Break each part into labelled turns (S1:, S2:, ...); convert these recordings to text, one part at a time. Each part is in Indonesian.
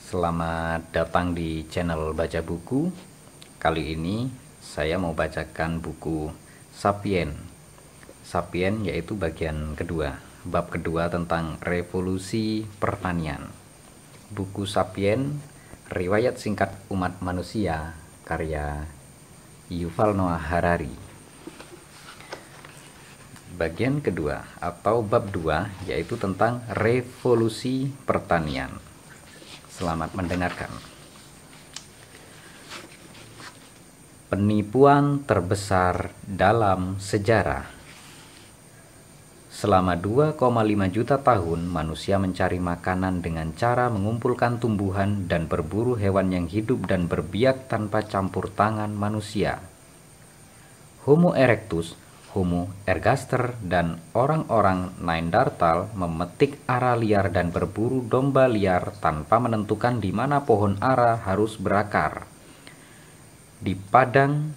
S1: Selamat datang di channel Baca Buku. Kali ini saya mau bacakan buku Sapien. Sapien yaitu bagian kedua, bab kedua tentang revolusi pertanian. Buku Sapien, riwayat singkat umat manusia, karya Yuval Noah Harari. Bagian kedua atau bab 2 yaitu tentang revolusi pertanian. Selamat mendengarkan. Penipuan terbesar dalam sejarah. Selama 2,5 juta tahun manusia mencari makanan dengan cara mengumpulkan tumbuhan dan berburu hewan yang hidup dan berbiak tanpa campur tangan manusia. Homo erectus, Homo ergaster, dan orang-orang Neanderthal memetik ara liar dan berburu domba liar tanpa menentukan di mana pohon ara harus berakar. Di padang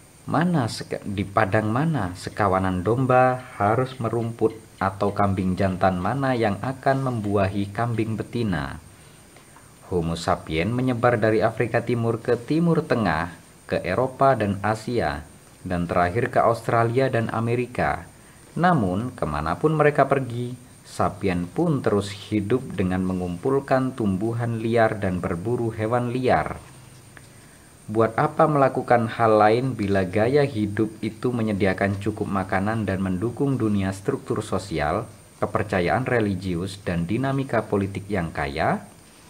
S1: mana sekawanan domba harus merumput atau kambing jantan mana yang akan membuahi kambing betina. Homo sapien menyebar dari Afrika Timur ke Timur Tengah, ke Eropa dan Asia, dan terakhir ke Australia dan Amerika. Namun, kemanapun mereka pergi, sapien pun terus hidup dengan mengumpulkan tumbuhan liar dan berburu hewan liar. Buat apa melakukan hal lain bila gaya hidup itu menyediakan cukup makanan dan mendukung dunia struktur sosial, kepercayaan religius, dan dinamika politik yang kaya?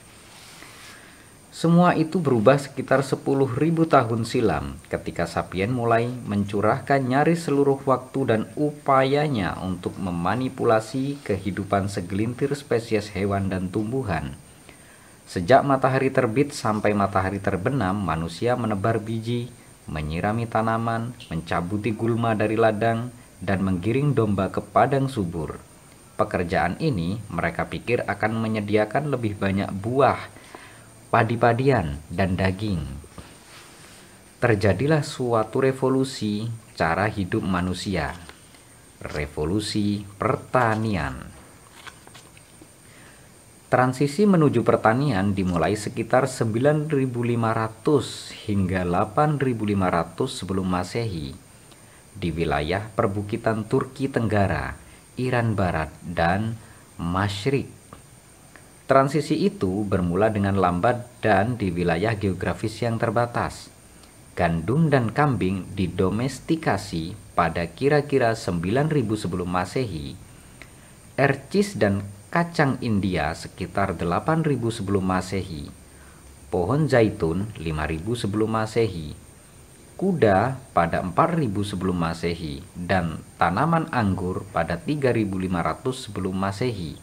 S1: Semua itu berubah sekitar 10.000 tahun silam ketika sapien mulai mencurahkan nyaris seluruh waktu dan upayanya untuk memanipulasi kehidupan segelintir spesies hewan dan tumbuhan. Sejak matahari terbit sampai matahari terbenam, manusia menebar biji, menyirami tanaman, mencabuti gulma dari ladang, dan menggiring domba ke padang subur. Pekerjaan ini mereka pikir akan menyediakan lebih banyak buah, padi-padian, dan daging. Terjadilah suatu revolusi cara hidup manusia. Revolusi pertanian. Transisi menuju pertanian dimulai sekitar 9.500 hingga 8.500 sebelum Masehi di wilayah perbukitan Turki Tenggara, Iran Barat, dan Masyriq. Transisi itu bermula dengan lambat dan di wilayah geografis yang terbatas. Gandum dan kambing didomestikasi pada kira-kira 9.000 sebelum Masehi. Ercis dan kacang India sekitar 8.000 sebelum Masehi. Pohon zaitun 5.000 sebelum Masehi. Kuda pada 4.000 sebelum Masehi dan tanaman anggur pada 3.500 sebelum Masehi.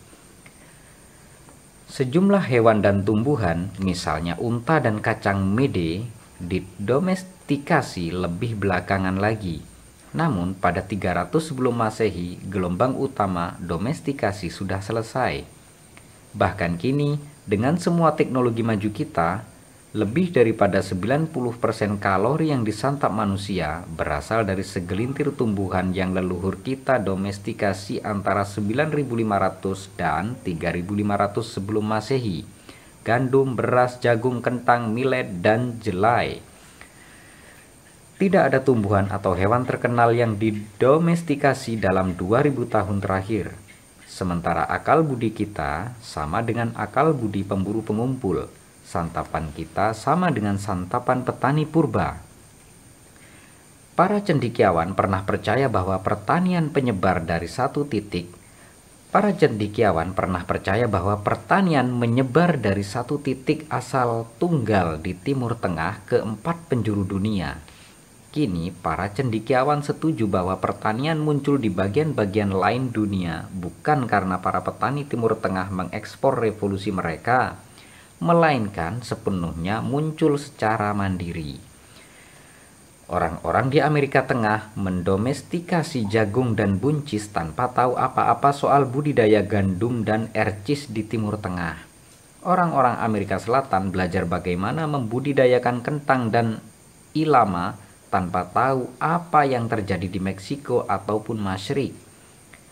S1: Sejumlah hewan dan tumbuhan, misalnya unta dan kacang mede, didomestikasi lebih belakangan lagi. Namun pada 300 sebelum Masehi, gelombang utama domestikasi sudah selesai. Bahkan kini, dengan semua teknologi maju kita, lebih daripada 90% kalori yang disantap manusia berasal dari segelintir tumbuhan yang leluhur kita domestikasi antara 9.500 dan 3.500 sebelum Masehi. Gandum, beras, jagung, kentang, millet, dan jelai. Tidak ada tumbuhan atau hewan terkenal yang didomestikasi dalam 2000 tahun terakhir. Sementara akal budi kita sama dengan akal budi pemburu pengumpul. Santapan kita sama dengan santapan petani purba. Para cendekiawan pernah percaya bahwa pertanian penyebar dari satu titik. Para cendekiawan pernah percaya bahwa pertanian menyebar dari satu titik asal tunggal di Timur Tengah ke 4 penjuru dunia. Kini, para cendekiawan setuju bahwa pertanian muncul di bagian-bagian lain dunia bukan karena para petani Timur Tengah mengekspor revolusi mereka, melainkan sepenuhnya muncul secara mandiri. Orang-orang di Amerika Tengah mendomestikasi jagung dan buncis tanpa tahu apa-apa soal budidaya gandum dan ercis di Timur Tengah. Orang-orang Amerika Selatan belajar bagaimana membudidayakan kentang dan ilama tanpa tahu apa yang terjadi di Meksiko ataupun Masyriq.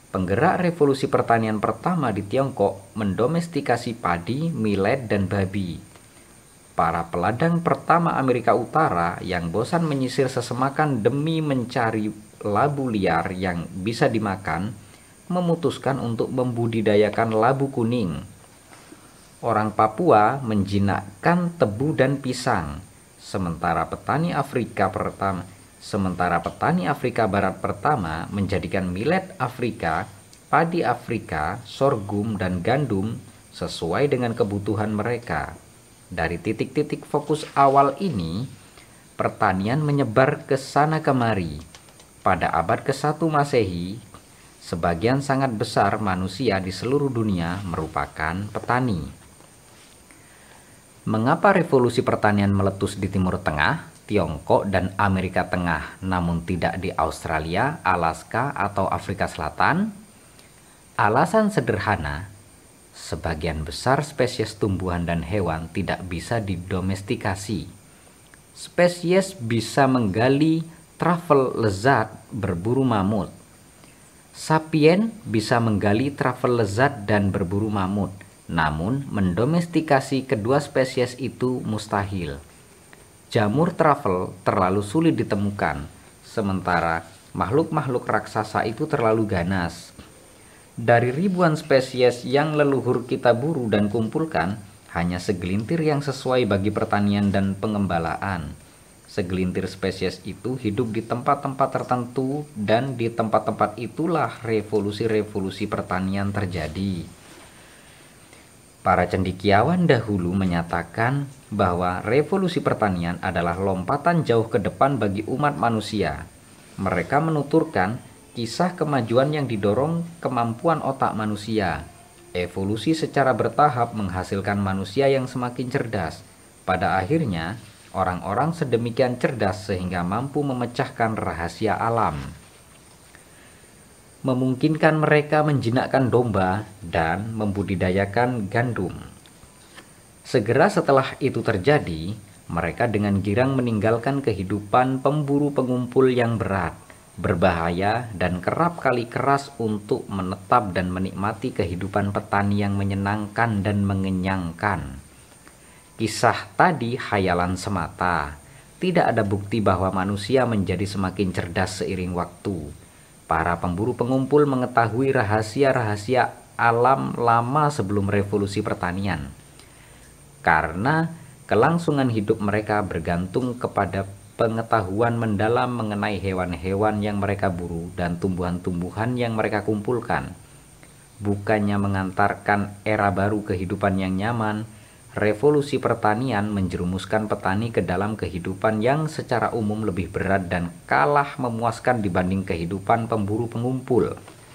S1: Penggerak revolusi pertanian pertama di Tiongkok mendomestikasi padi, millet, dan babi. Para peladang pertama Amerika Utara yang bosan menyisir sesemakan demi mencari labu liar yang bisa dimakan, memutuskan untuk membudidayakan labu kuning. Orang Papua menjinakkan tebu dan pisang, sementara petani Afrika Barat pertama menjadikan millet Afrika, padi Afrika, sorghum, dan gandum sesuai dengan kebutuhan mereka. Dari titik-titik fokus awal ini, pertanian menyebar ke sana kemari. Pada abad ke-1 Masehi, sebagian sangat besar manusia di seluruh dunia merupakan petani. Mengapa revolusi pertanian meletus di Timur Tengah, Tiongkok, dan Amerika Tengah, namun tidak di Australia, Alaska, atau Afrika Selatan? Alasan sederhana, sebagian besar spesies tumbuhan dan hewan tidak bisa didomestikasi. Spesies bisa menggali travel lezat berburu mamut. Sapien bisa menggali travel lezat dan berburu mamut, namun mendomestikasi kedua spesies itu mustahil. Jamur travel terlalu sulit ditemukan, sementara makhluk-makhluk raksasa itu terlalu ganas. Dari ribuan spesies yang leluhur kita buru dan kumpulkan, hanya segelintir yang sesuai bagi pertanian dan pengembalaan. Segelintir spesies itu hidup di tempat-tempat tertentu, dan di tempat-tempat itulah revolusi-revolusi pertanian terjadi. Para cendekiawan dahulu menyatakan bahwa revolusi pertanian adalah lompatan jauh ke depan bagi umat manusia. Mereka menuturkan kisah kemajuan yang didorong kemampuan otak manusia. Evolusi secara bertahap menghasilkan manusia yang semakin cerdas. Pada akhirnya, orang-orang sedemikian cerdas sehingga mampu memecahkan rahasia alam, memungkinkan mereka menjinakkan domba dan membudidayakan gandum. Segera setelah itu terjadi, mereka dengan girang meninggalkan kehidupan pemburu pengumpul yang berat, berbahaya, dan kerap kali keras untuk menetap dan menikmati kehidupan petani yang menyenangkan dan mengenyangkan. Kisah tadi khayalan semata. Tidak ada bukti bahwa manusia menjadi semakin cerdas seiring waktu. Para pemburu pengumpul mengetahui rahasia-rahasia alam lama sebelum revolusi pertanian. Karena kelangsungan hidup mereka bergantung kepada pengetahuan mendalam mengenai hewan-hewan yang mereka buru dan tumbuhan-tumbuhan yang mereka kumpulkan. Bukannya mengantarkan era baru kehidupan yang nyaman, revolusi pertanian menjerumuskan petani ke dalam kehidupan yang secara umum lebih berat dan kalah memuaskan dibanding kehidupan pemburu pengumpul.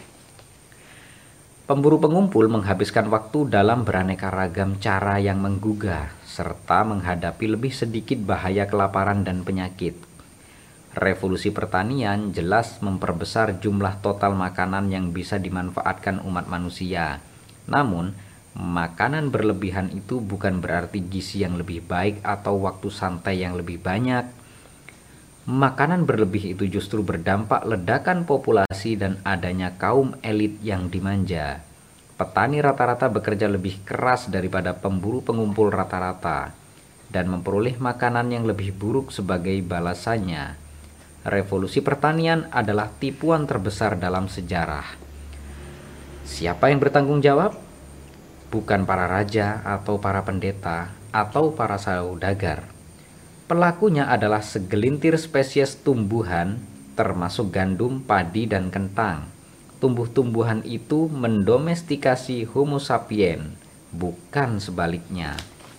S1: Pemburu pengumpul menghabiskan waktu dalam beraneka ragam cara yang menggugah, serta menghadapi lebih sedikit bahaya kelaparan dan penyakit. Revolusi pertanian jelas memperbesar jumlah total makanan yang bisa dimanfaatkan umat manusia. Namun, makanan berlebihan itu bukan berarti gizi yang lebih baik atau waktu santai yang lebih banyak. Makanan berlebih itu justru berdampak ledakan populasi dan adanya kaum elit yang dimanja. Petani rata-rata bekerja lebih keras daripada pemburu pengumpul rata-rata dan memperoleh makanan yang lebih buruk sebagai balasannya. Revolusi pertanian adalah tipuan terbesar dalam sejarah. Siapa yang bertanggung jawab? Bukan para raja atau para pendeta atau para saudagar. Pelakunya adalah segelintir spesies tumbuhan, termasuk gandum, padi, dan kentang. Tumbuh-tumbuhan itu mendomestikasi Homo sapien, bukan sebaliknya.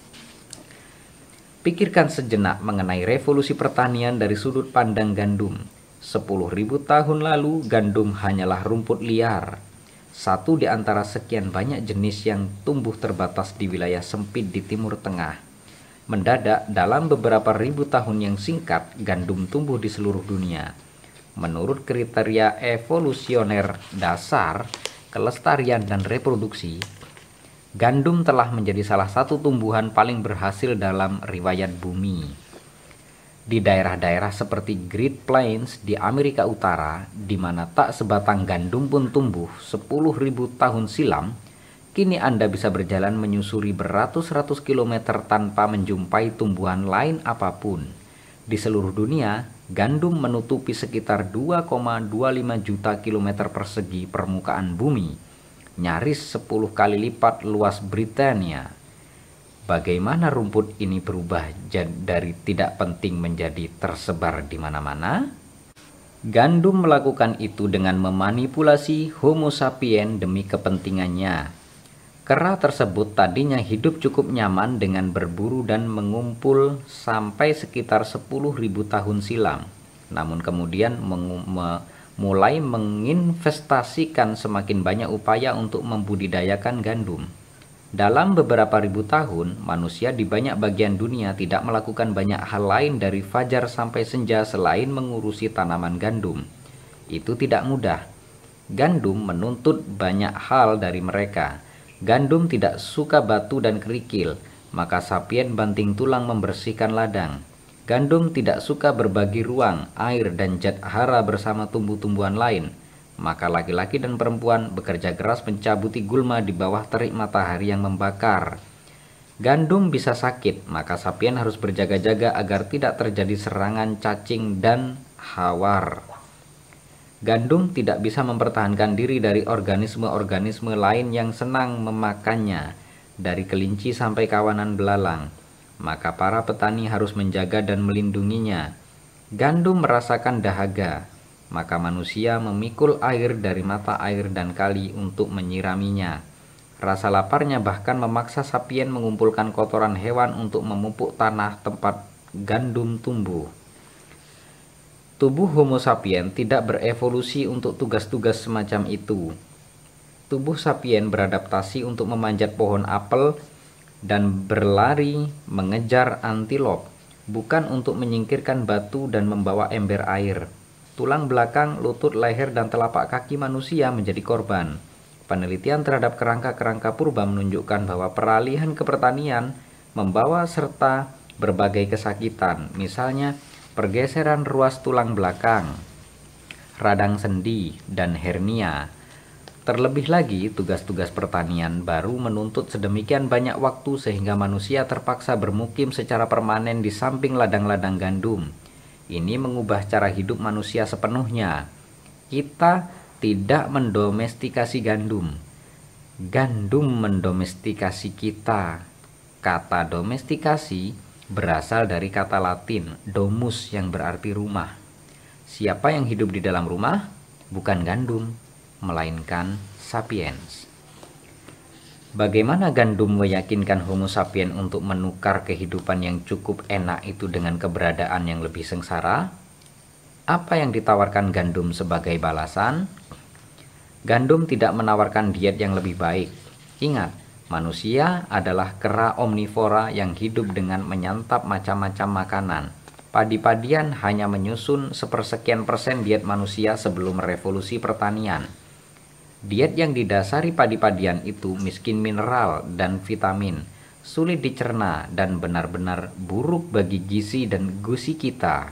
S1: Pikirkan sejenak mengenai revolusi pertanian dari sudut pandang gandum. 10.000 tahun lalu, gandum hanyalah rumput liar. Satu di antara sekian banyak jenis yang tumbuh terbatas di wilayah sempit di Timur Tengah. Mendadak, dalam beberapa ribu tahun yang singkat, gandum tumbuh di seluruh dunia. Menurut kriteria evolusioner dasar, kelestarian dan reproduksi, gandum telah menjadi salah satu tumbuhan paling berhasil dalam riwayat bumi. Di daerah-daerah seperti Great Plains di Amerika Utara, di mana tak sebatang gandum pun tumbuh 10.000 tahun silam, kini Anda bisa berjalan menyusuri beratus-ratus kilometer tanpa menjumpai tumbuhan lain apapun. Di seluruh dunia, gandum menutupi sekitar 2,25 juta kilometer persegi permukaan bumi, nyaris 10 kali lipat luas Britania. Bagaimana rumput ini berubah dari tidak penting menjadi tersebar di mana-mana? Gandum melakukan itu dengan memanipulasi Homo sapiens demi kepentingannya. Kera tersebut tadinya hidup cukup nyaman dengan berburu dan mengumpul sampai sekitar 10.000 tahun silam. Namun kemudian mulai menginvestasikan semakin banyak upaya untuk membudidayakan gandum. Dalam beberapa ribu tahun, manusia di banyak bagian dunia tidak melakukan banyak hal lain dari fajar sampai senja selain mengurusi tanaman gandum. Itu tidak mudah. Gandum menuntut banyak hal dari mereka. Gandum tidak suka batu dan kerikil, maka sapien banting tulang membersihkan ladang. Gandum tidak suka berbagi ruang, air, dan zat hara bersama tumbuh-tumbuhan lain. Maka laki-laki dan perempuan bekerja keras mencabuti gulma di bawah terik matahari yang membakar. Gandum bisa sakit, maka sapien harus berjaga-jaga agar tidak terjadi serangan cacing dan hawar. Gandum tidak bisa mempertahankan diri dari organisme-organisme lain yang senang memakannya, dari kelinci sampai kawanan belalang. Maka para petani harus menjaga dan melindunginya. Gandum merasakan dahaga, maka manusia memikul air dari mata air dan kali untuk menyiraminya. Rasa laparnya bahkan memaksa sapien mengumpulkan kotoran hewan untuk memupuk tanah tempat gandum tumbuh. Tubuh Homo sapiens tidak berevolusi untuk tugas-tugas semacam itu. Tubuh sapien beradaptasi untuk memanjat pohon apel dan berlari mengejar antilop, bukan untuk menyingkirkan batu dan membawa ember air. Tulang belakang, lutut, leher, dan telapak kaki manusia menjadi korban. Penelitian terhadap kerangka-kerangka purba menunjukkan bahwa peralihan ke pertanian membawa serta berbagai kesakitan, misalnya pergeseran ruas tulang belakang, radang sendi, dan hernia. Terlebih lagi, tugas-tugas pertanian baru menuntut sedemikian banyak waktu sehingga manusia terpaksa bermukim secara permanen di samping ladang-ladang gandum. Ini mengubah cara hidup manusia sepenuhnya. Kita tidak mendomestikasi gandum. Gandum mendomestikasi kita. Kata domestikasi berasal dari kata Latin domus yang berarti rumah. Siapa yang hidup di dalam rumah? Bukan gandum, melainkan sapiens. Bagaimana gandum meyakinkan Homo sapiens untuk menukar kehidupan yang cukup enak itu dengan keberadaan yang lebih sengsara? Apa yang ditawarkan gandum sebagai balasan? Gandum tidak menawarkan diet yang lebih baik. Ingat, manusia adalah kera omnivora yang hidup dengan menyantap macam-macam makanan. Padi-padian hanya menyusun sepersekian persen diet manusia sebelum revolusi pertanian. Diet yang didasari padi-padian itu miskin mineral dan vitamin, sulit dicerna, dan benar-benar buruk bagi gizi dan gusi kita.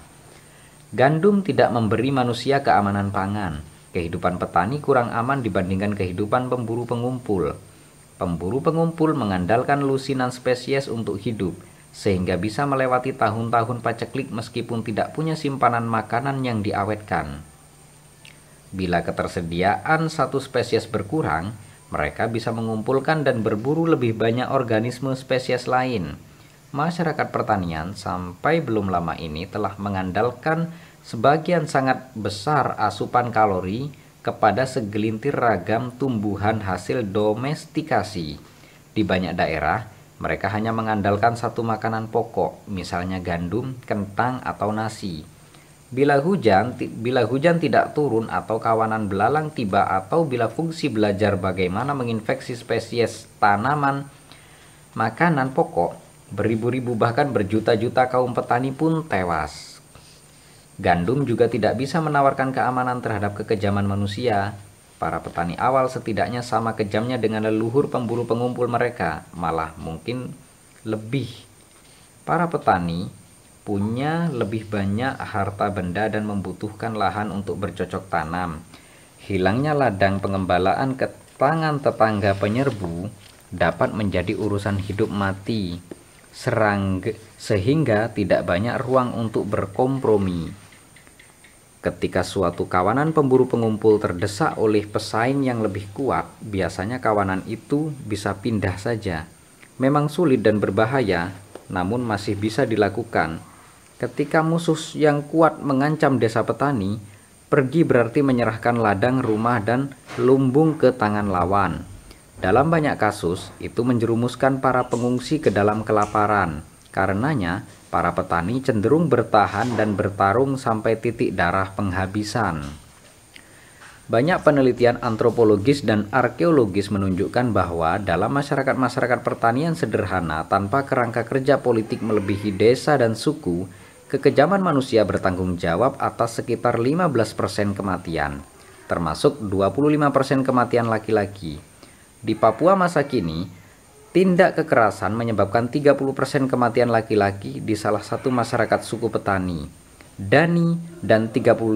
S1: Gandum tidak memberi manusia keamanan pangan. Kehidupan petani kurang aman dibandingkan kehidupan pemburu pengumpul. Pemburu pengumpul mengandalkan lusinan spesies untuk hidup, sehingga bisa melewati tahun-tahun paceklik meskipun tidak punya simpanan makanan yang diawetkan. Bila ketersediaan satu spesies berkurang, mereka bisa mengumpulkan dan berburu lebih banyak organisme spesies lain. Masyarakat pertanian sampai belum lama ini telah mengandalkan sebagian sangat besar asupan kalori kepada segelintir ragam tumbuhan hasil domestikasi. Di banyak daerah, mereka hanya mengandalkan satu makanan pokok, misalnya gandum, kentang, atau nasi. Bila hujan tidak turun atau kawanan belalang tiba atau bila fungsi belajar bagaimana menginfeksi spesies tanaman makanan pokok, beribu-ribu bahkan berjuta-juta kaum petani pun tewas. Gandum juga tidak bisa menawarkan keamanan terhadap kekejaman manusia. Para petani awal setidaknya sama kejamnya dengan leluhur pemburu pengumpul mereka, malah mungkin lebih. Para petani punya lebih banyak harta benda dan membutuhkan lahan untuk bercocok tanam. Hilangnya ladang pengembalaan ke tangan tetangga penyerbu dapat menjadi urusan hidup mati, sehingga tidak banyak ruang untuk berkompromi. Ketika suatu kawanan pemburu pengumpul terdesak oleh pesaing yang lebih kuat, biasanya kawanan itu bisa pindah saja. Memang sulit dan berbahaya, namun masih bisa dilakukan. Ketika musuh yang kuat mengancam desa petani, pergi berarti menyerahkan ladang, rumah, dan lumbung ke tangan lawan. Dalam banyak kasus, itu menjerumuskan para pengungsi ke dalam kelaparan. Karenanya, para petani cenderung bertahan dan bertarung sampai titik darah penghabisan. Banyak penelitian antropologis dan arkeologis menunjukkan bahwa dalam masyarakat-masyarakat pertanian sederhana tanpa kerangka kerja politik melebihi desa dan suku, kekejaman manusia bertanggung jawab atas sekitar 15% kematian, termasuk 25% kematian laki-laki. Di Papua masa kini, tindak kekerasan menyebabkan 30% kematian laki-laki di salah satu masyarakat suku petani, Dani, dan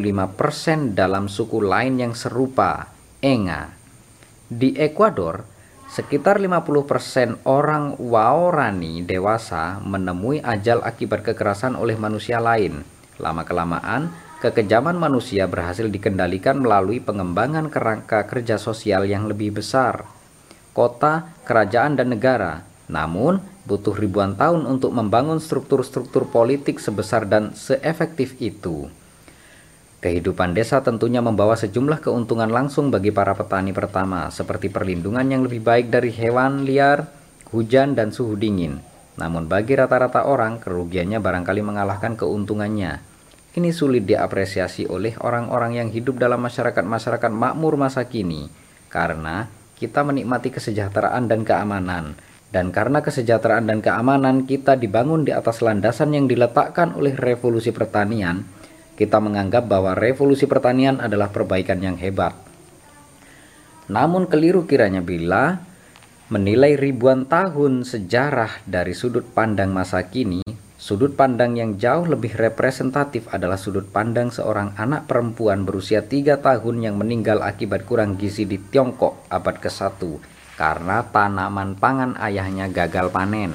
S1: 35% dalam suku lain yang serupa, Enga. Di Ekuador, sekitar 50% orang Waorani dewasa menemui ajal akibat kekerasan oleh manusia lain. Lama-kelamaan, kekejaman manusia berhasil dikendalikan melalui pengembangan kerangka kerja sosial yang lebih besar, kota, kerajaan, dan negara. Namun, butuh ribuan tahun untuk membangun struktur-struktur politik sebesar dan seefektif itu. Kehidupan desa tentunya membawa sejumlah keuntungan langsung bagi para petani pertama, seperti perlindungan yang lebih baik dari hewan liar, hujan, dan suhu dingin. Namun bagi rata-rata orang, kerugiannya barangkali mengalahkan keuntungannya. Ini sulit diapresiasi oleh orang-orang yang hidup dalam masyarakat-masyarakat makmur masa kini, karena kita menikmati kesejahteraan dan keamanan. Dan karena kesejahteraan dan keamanan kita dibangun di atas landasan yang diletakkan oleh revolusi pertanian, kita menganggap bahwa revolusi pertanian adalah perbaikan yang hebat. Namun keliru kiranya bila menilai ribuan tahun sejarah dari sudut pandang masa kini. Sudut pandang yang jauh lebih representatif adalah sudut pandang seorang anak perempuan berusia 3 tahun yang meninggal akibat kurang gizi di Tiongkok abad ke-1 karena tanaman pangan ayahnya gagal panen.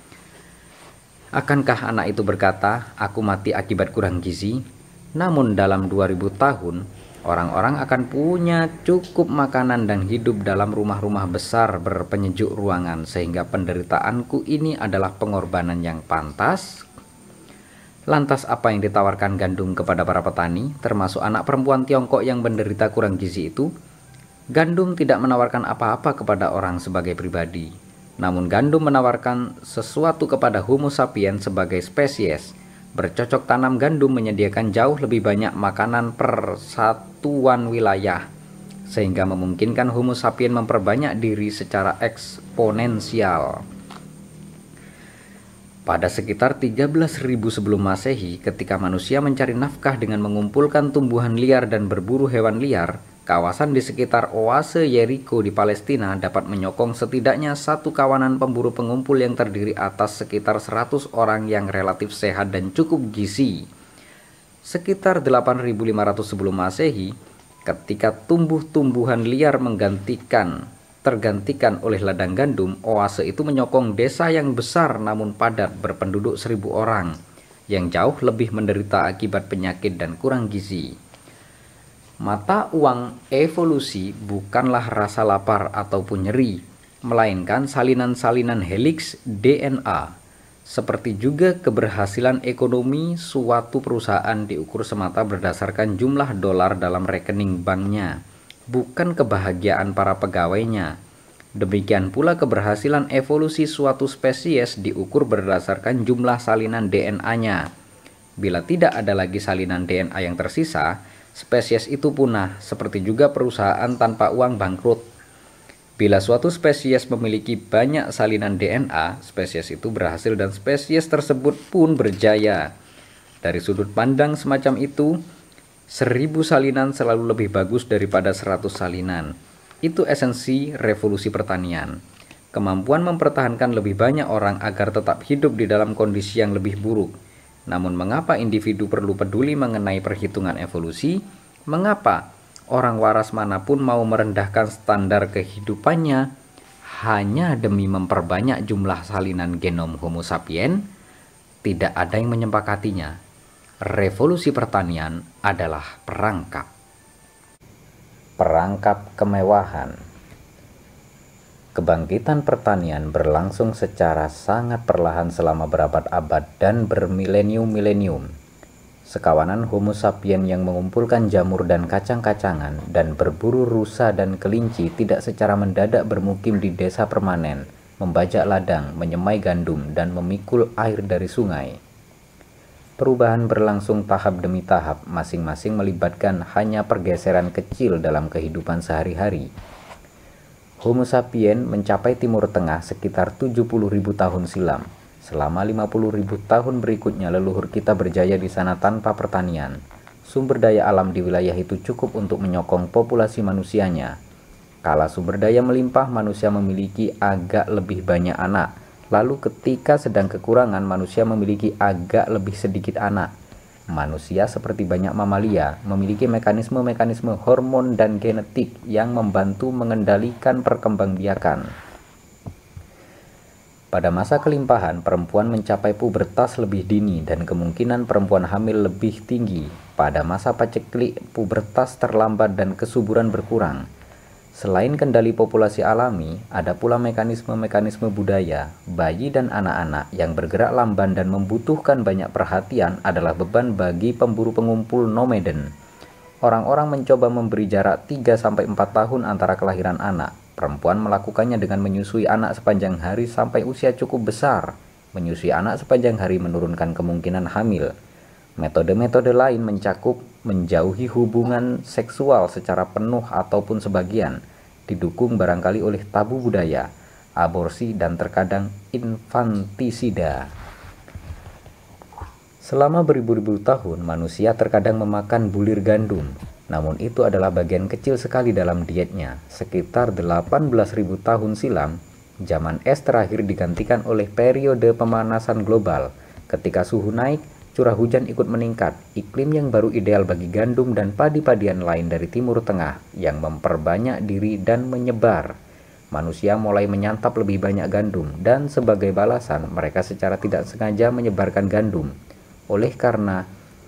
S1: Akankah anak itu berkata, "Aku mati akibat kurang gizi"? Namun dalam 2000 tahun, orang-orang akan punya cukup makanan dan hidup dalam rumah-rumah besar berpenyejuk ruangan, sehingga penderitaanku ini adalah pengorbanan yang pantas. Lantas apa yang ditawarkan gandum kepada para petani, termasuk anak perempuan Tiongkok yang menderita kurang gizi itu? Gandum tidak menawarkan apa-apa kepada orang sebagai pribadi, namun gandum menawarkan sesuatu kepada Homo sapiens sebagai spesies. Bercocok tanam gandum menyediakan jauh lebih banyak makanan per satuan wilayah, sehingga memungkinkan Homo sapiens memperbanyak diri secara eksponensial. Pada sekitar 13.000 sebelum Masehi, ketika manusia mencari nafkah dengan mengumpulkan tumbuhan liar dan berburu hewan liar, kawasan di sekitar oase Yeriko di Palestina dapat menyokong setidaknya satu kawanan pemburu pengumpul yang terdiri atas sekitar 100 orang yang relatif sehat dan cukup gizi. Sekitar 8.500 sebelum Masehi, ketika tumbuh-tumbuhan liar tergantikan oleh ladang gandum, oase itu menyokong desa yang besar namun padat berpenduduk 1.000 orang, yang jauh lebih menderita akibat penyakit dan kurang gizi. Mata uang evolusi bukanlah rasa lapar ataupun nyeri, melainkan salinan-salinan heliks DNA. Seperti juga keberhasilan ekonomi suatu perusahaan diukur semata berdasarkan jumlah dolar dalam rekening banknya, bukan kebahagiaan para pegawainya. Demikian pula keberhasilan evolusi suatu spesies diukur berdasarkan jumlah salinan DNA-nya. Bila tidak ada lagi salinan DNA yang tersisa, spesies itu punah, seperti juga perusahaan tanpa uang bangkrut. Bila suatu spesies memiliki banyak salinan DNA, spesies itu berhasil dan spesies tersebut pun berjaya. Dari sudut pandang semacam itu, 1.000 salinan selalu lebih bagus daripada 100 salinan. Itu esensi revolusi pertanian. Kemampuan mempertahankan lebih banyak orang agar tetap hidup di dalam kondisi yang lebih buruk. Namun mengapa individu perlu peduli mengenai perhitungan evolusi? Mengapa orang waras manapun mau merendahkan standar kehidupannya hanya demi memperbanyak jumlah salinan genom Homo sapiens? Tidak ada yang menyepakatinya. Revolusi pertanian adalah perangkap. Perangkap kemewahan. Kebangkitan pertanian berlangsung secara sangat perlahan selama berabad-abad dan bermilenium-milenium. Sekawanan Homo sapiens yang mengumpulkan jamur dan kacang-kacangan dan berburu rusa dan kelinci tidak secara mendadak bermukim di desa permanen, membajak ladang, menyemai gandum, dan memikul air dari sungai. Perubahan berlangsung tahap demi tahap, masing-masing melibatkan hanya pergeseran kecil dalam kehidupan sehari-hari. Homo sapiens mencapai Timur Tengah sekitar 70.000 tahun silam. Selama 50.000 tahun berikutnya leluhur kita berjaya di sana tanpa pertanian. Sumber daya alam di wilayah itu cukup untuk menyokong populasi manusianya. Kala sumber daya melimpah, manusia memiliki agak lebih banyak anak. Lalu ketika sedang kekurangan, manusia memiliki agak lebih sedikit anak. Manusia seperti banyak mamalia memiliki mekanisme-mekanisme hormon dan genetik yang membantu mengendalikan perkembangbiakan. Pada masa kelimpahan, perempuan mencapai pubertas lebih dini dan kemungkinan perempuan hamil lebih tinggi. Pada masa paceklik, pubertas terlambat dan kesuburan berkurang. Selain kendali populasi alami, ada pula mekanisme-mekanisme budaya. Bayi dan anak-anak yang bergerak lamban dan membutuhkan banyak perhatian adalah beban bagi pemburu pengumpul nomaden. Orang-orang mencoba memberi jarak 3-4 tahun antara kelahiran anak. Perempuan melakukannya dengan menyusui anak sepanjang hari sampai usia cukup besar. Menyusui anak sepanjang hari menurunkan kemungkinan hamil. Metode-metode lain mencakup menjauhi hubungan seksual secara penuh ataupun sebagian, didukung barangkali oleh tabu budaya, aborsi, dan terkadang infantisida. Selama beribu-ribu tahun, manusia terkadang memakan bulir gandum, namun itu adalah bagian kecil sekali dalam dietnya. Sekitar 18.000 tahun silam, zaman es terakhir digantikan oleh periode pemanasan global. Ketika suhu naik, curah hujan ikut meningkat, iklim yang baru ideal bagi gandum dan padi-padian lain dari Timur Tengah yang memperbanyak diri dan menyebar. Manusia mulai menyantap lebih banyak gandum dan sebagai balasan mereka secara tidak sengaja menyebarkan gandum. Oleh karena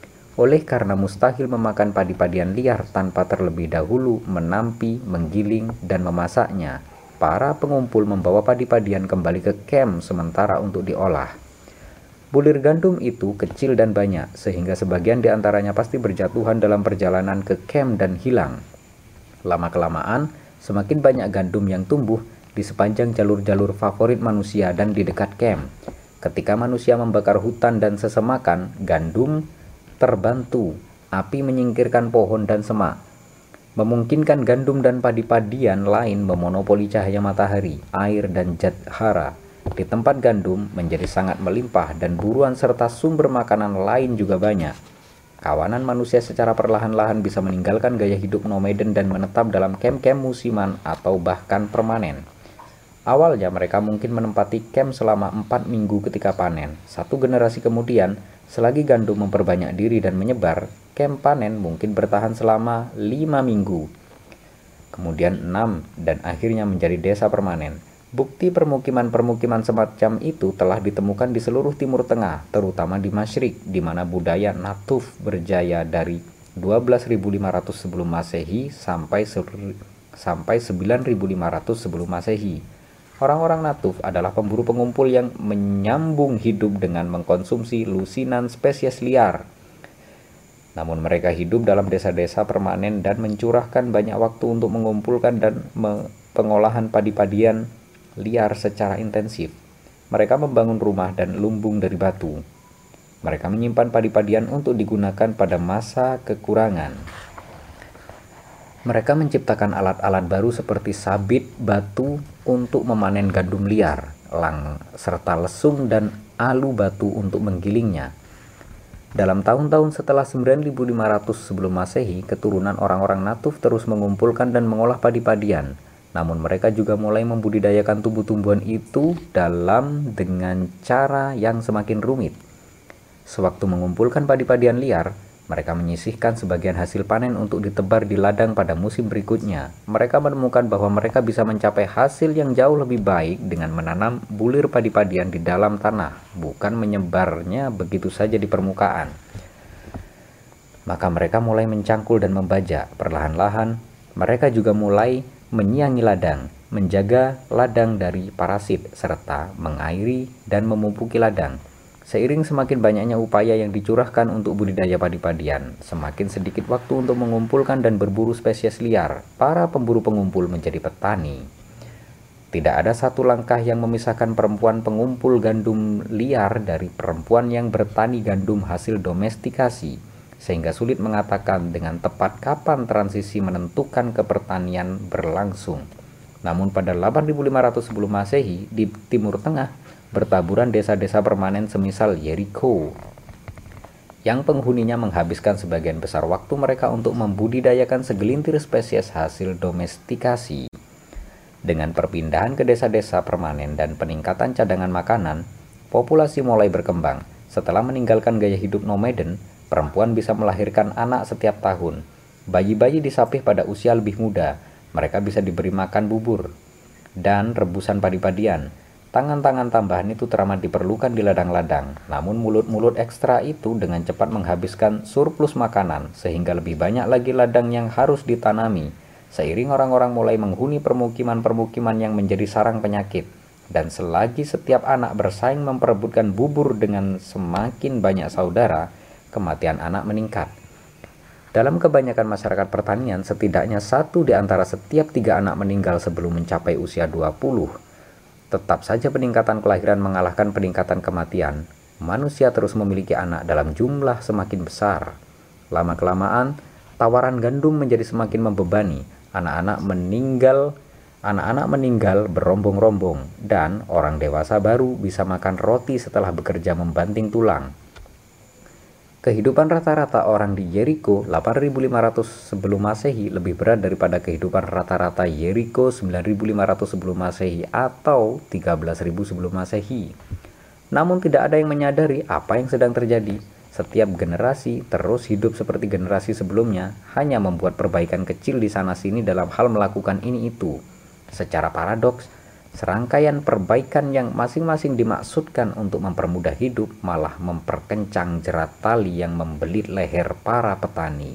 S1: mustahil memakan padi-padian liar tanpa terlebih dahulu menampi, menggiling, dan memasaknya, para pengumpul membawa padi-padian kembali ke camp sementara untuk diolah. Bulir gandum itu kecil dan banyak, sehingga sebagian di antaranya pasti berjatuhan dalam perjalanan ke camp dan hilang. Lama-kelamaan, semakin banyak gandum yang tumbuh di sepanjang jalur-jalur favorit manusia dan di dekat camp. Ketika manusia membakar hutan dan sesemakan, gandum terbantu. Api menyingkirkan pohon dan semak, memungkinkan gandum dan padi-padian lain memonopoli cahaya matahari, air, dan zat hara. Di tempat gandum menjadi sangat melimpah dan buruan serta sumber makanan lain juga banyak. Kawanan manusia secara perlahan-lahan bisa meninggalkan gaya hidup nomaden dan menetap dalam camp-camp musiman atau bahkan permanen. Awalnya mereka mungkin menempati camp selama 4 minggu ketika panen. 1 generasi kemudian, selagi gandum memperbanyak diri dan menyebar, camp panen mungkin bertahan selama 5 minggu. Kemudian 6 dan akhirnya menjadi desa permanen. Bukti permukiman-permukiman semacam itu telah ditemukan di seluruh Timur Tengah, terutama di Masyrik, di mana budaya Natuf berjaya dari 12.500 sebelum Masehi sampai 9.500 sebelum Masehi. Orang-orang Natuf adalah pemburu pengumpul yang menyambung hidup dengan mengkonsumsi lusinan spesies liar. Namun mereka hidup dalam desa-desa permanen dan mencurahkan banyak waktu untuk mengumpulkan dan pengolahan padi-padian liar secara intensif. Mereka membangun rumah dan lumbung dari batu. Mereka menyimpan padi-padian untuk digunakan pada masa kekurangan. Mereka menciptakan alat-alat baru seperti sabit batu untuk memanen gandum liar, serta lesung dan alu batu untuk menggilingnya. Dalam tahun-tahun setelah 9.500 sebelum Masehi, keturunan orang-orang Natuf terus mengumpulkan dan mengolah padi-padian. Namun mereka juga mulai membudidayakan tumbuh-tumbuhan itu dengan cara yang semakin rumit. Sewaktu mengumpulkan padi-padian liar, mereka menyisihkan sebagian hasil panen untuk ditebar di ladang pada musim berikutnya. Mereka menemukan bahwa mereka bisa mencapai hasil yang jauh lebih baik dengan menanam bulir padi-padian di dalam tanah, bukan menyebarnya begitu saja di permukaan. Maka mereka mulai mencangkul dan membajak. Perlahan-lahan, mereka juga mulai menyiangi ladang, menjaga ladang dari parasit, serta mengairi dan memupuki ladang. Seiring semakin banyaknya upaya yang dicurahkan untuk budidaya padi-padian, semakin sedikit waktu untuk mengumpulkan dan berburu spesies liar. Para pemburu pengumpul menjadi petani. Tidak ada satu langkah yang memisahkan perempuan pengumpul gandum liar dari perempuan yang bertani gandum hasil domestikasi, sehingga sulit mengatakan dengan tepat kapan transisi menentukan kepertanian berlangsung. Namun pada 8500 sebelum Masehi, di Timur Tengah, bertaburan desa-desa permanen semisal Jericho, yang penghuninya menghabiskan sebagian besar waktu mereka untuk membudidayakan segelintir spesies hasil domestikasi. Dengan perpindahan ke desa-desa permanen dan peningkatan cadangan makanan, populasi mulai berkembang. Setelah meninggalkan gaya hidup nomaden, perempuan bisa melahirkan anak setiap tahun. Bayi-bayi disapih pada usia lebih muda. Mereka bisa diberi makan bubur dan rebusan padi-padian. Tangan-tangan tambahan itu teramat diperlukan di ladang-ladang, namun mulut-mulut ekstra itu dengan cepat menghabiskan surplus makanan, sehingga lebih banyak lagi ladang yang harus ditanami. Seiring orang-orang mulai menghuni permukiman-permukiman yang menjadi sarang penyakit, dan selagi setiap anak bersaing memperebutkan bubur dengan semakin banyak saudara, kematian anak meningkat. Dalam kebanyakan masyarakat pertanian, setidaknya 1 di antara setiap 3 anak meninggal sebelum mencapai usia 20. Tetap saja peningkatan kelahiran mengalahkan peningkatan kematian. Manusia terus memiliki anak dalam jumlah semakin besar. Lama-kelamaan, tawaran gandum menjadi semakin membebani. Anak-anak meninggal berombong-rombong, dan orang dewasa baru bisa makan roti setelah bekerja membanting tulang. Kehidupan rata-rata orang di Jericho 8500 sebelum Masehi lebih berat daripada kehidupan rata-rata Jericho 9500 sebelum Masehi atau 13000 sebelum Masehi. Namun tidak ada yang menyadari apa yang sedang terjadi. Setiap generasi terus hidup seperti generasi sebelumnya, hanya membuat perbaikan kecil di sana-sini dalam hal melakukan ini itu. Secara paradoks, serangkaian perbaikan yang masing-masing dimaksudkan untuk mempermudah hidup malah memperkencang jerat tali yang membelit leher para petani.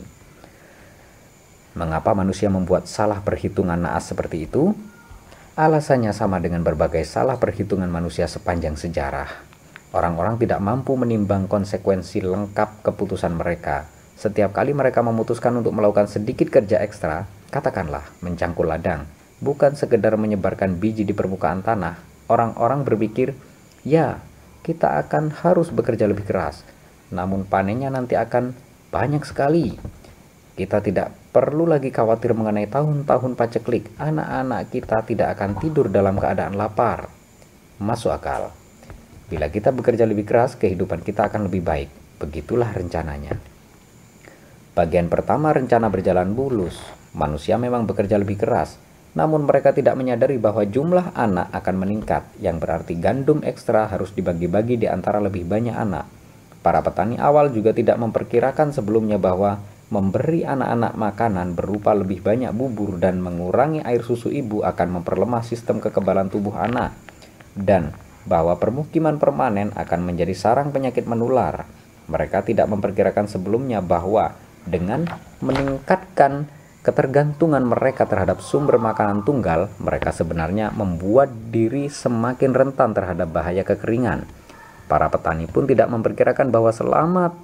S1: Mengapa manusia membuat salah perhitungan naas seperti itu? Alasannya sama dengan berbagai salah perhitungan manusia sepanjang sejarah. Orang-orang tidak mampu menimbang konsekuensi lengkap keputusan mereka. Setiap kali mereka memutuskan untuk melakukan sedikit kerja ekstra, katakanlah mencangkul ladang, bukan sekedar menyebarkan biji di permukaan tanah, orang-orang berpikir, ya, kita akan harus bekerja lebih keras, namun panennya nanti akan banyak sekali. Kita tidak perlu lagi khawatir mengenai tahun-tahun paceklik, anak-anak kita tidak akan tidur dalam keadaan lapar. Masuk akal. Bila kita bekerja lebih keras, kehidupan kita akan lebih baik. Begitulah rencananya. Bagian pertama rencana berjalan mulus. Manusia memang bekerja lebih keras, namun mereka tidak menyadari bahwa jumlah anak akan meningkat, yang berarti gandum ekstra harus dibagi-bagi di antara lebih banyak anak. Para petani awal juga tidak memperkirakan sebelumnya bahwa memberi anak-anak makanan berupa lebih banyak bubur dan mengurangi air susu ibu akan memperlemah sistem kekebalan tubuh anak, dan bahwa permukiman permanen akan menjadi sarang penyakit menular. Mereka tidak memperkirakan sebelumnya bahwa dengan meningkatkan ketergantungan mereka terhadap sumber makanan tunggal, mereka sebenarnya membuat diri semakin rentan terhadap bahaya kekeringan. Para petani pun tidak memperkirakan bahwa selama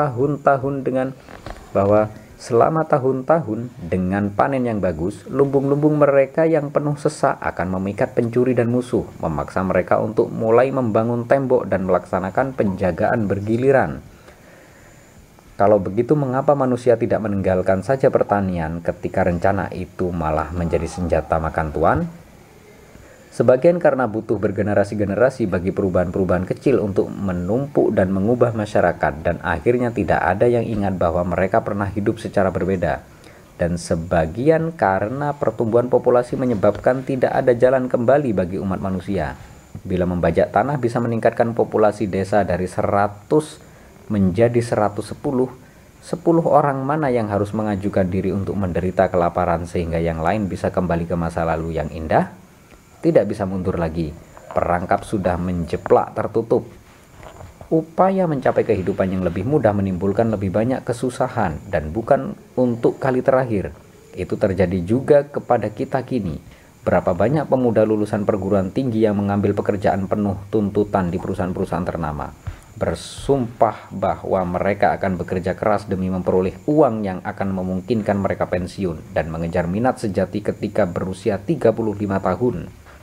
S1: tahun-tahun dengan panen yang bagus, lumbung-lumbung mereka yang penuh sesak akan memikat pencuri dan musuh, memaksa mereka untuk mulai membangun tembok dan melaksanakan penjagaan bergiliran. Kalau begitu, mengapa manusia tidak meninggalkan saja pertanian ketika rencana itu malah menjadi senjata makan tuan? Sebagian karena butuh bergenerasi-generasi bagi perubahan-perubahan kecil untuk menumpuk dan mengubah masyarakat, dan akhirnya tidak ada yang ingat bahwa mereka pernah hidup secara berbeda. Dan sebagian karena pertumbuhan populasi menyebabkan tidak ada jalan kembali bagi umat manusia. Bila membajak tanah bisa meningkatkan populasi desa dari 100 menjadi 110, 10 orang mana yang harus mengajukan diri untuk menderita kelaparan sehingga yang lain bisa kembali ke masa lalu yang indah? Tidak bisa mundur lagi. Perangkap sudah menjeplak tertutup. Upaya mencapai kehidupan yang lebih mudah menimbulkan lebih banyak kesusahan, dan bukan untuk kali terakhir. Itu terjadi juga kepada kita kini. Berapa banyak pemuda lulusan perguruan tinggi yang mengambil pekerjaan penuh tuntutan di perusahaan-perusahaan ternama, bersumpah bahwa mereka akan bekerja keras demi memperoleh uang yang akan memungkinkan mereka pensiun dan mengejar minat sejati ketika berusia 35 tahun.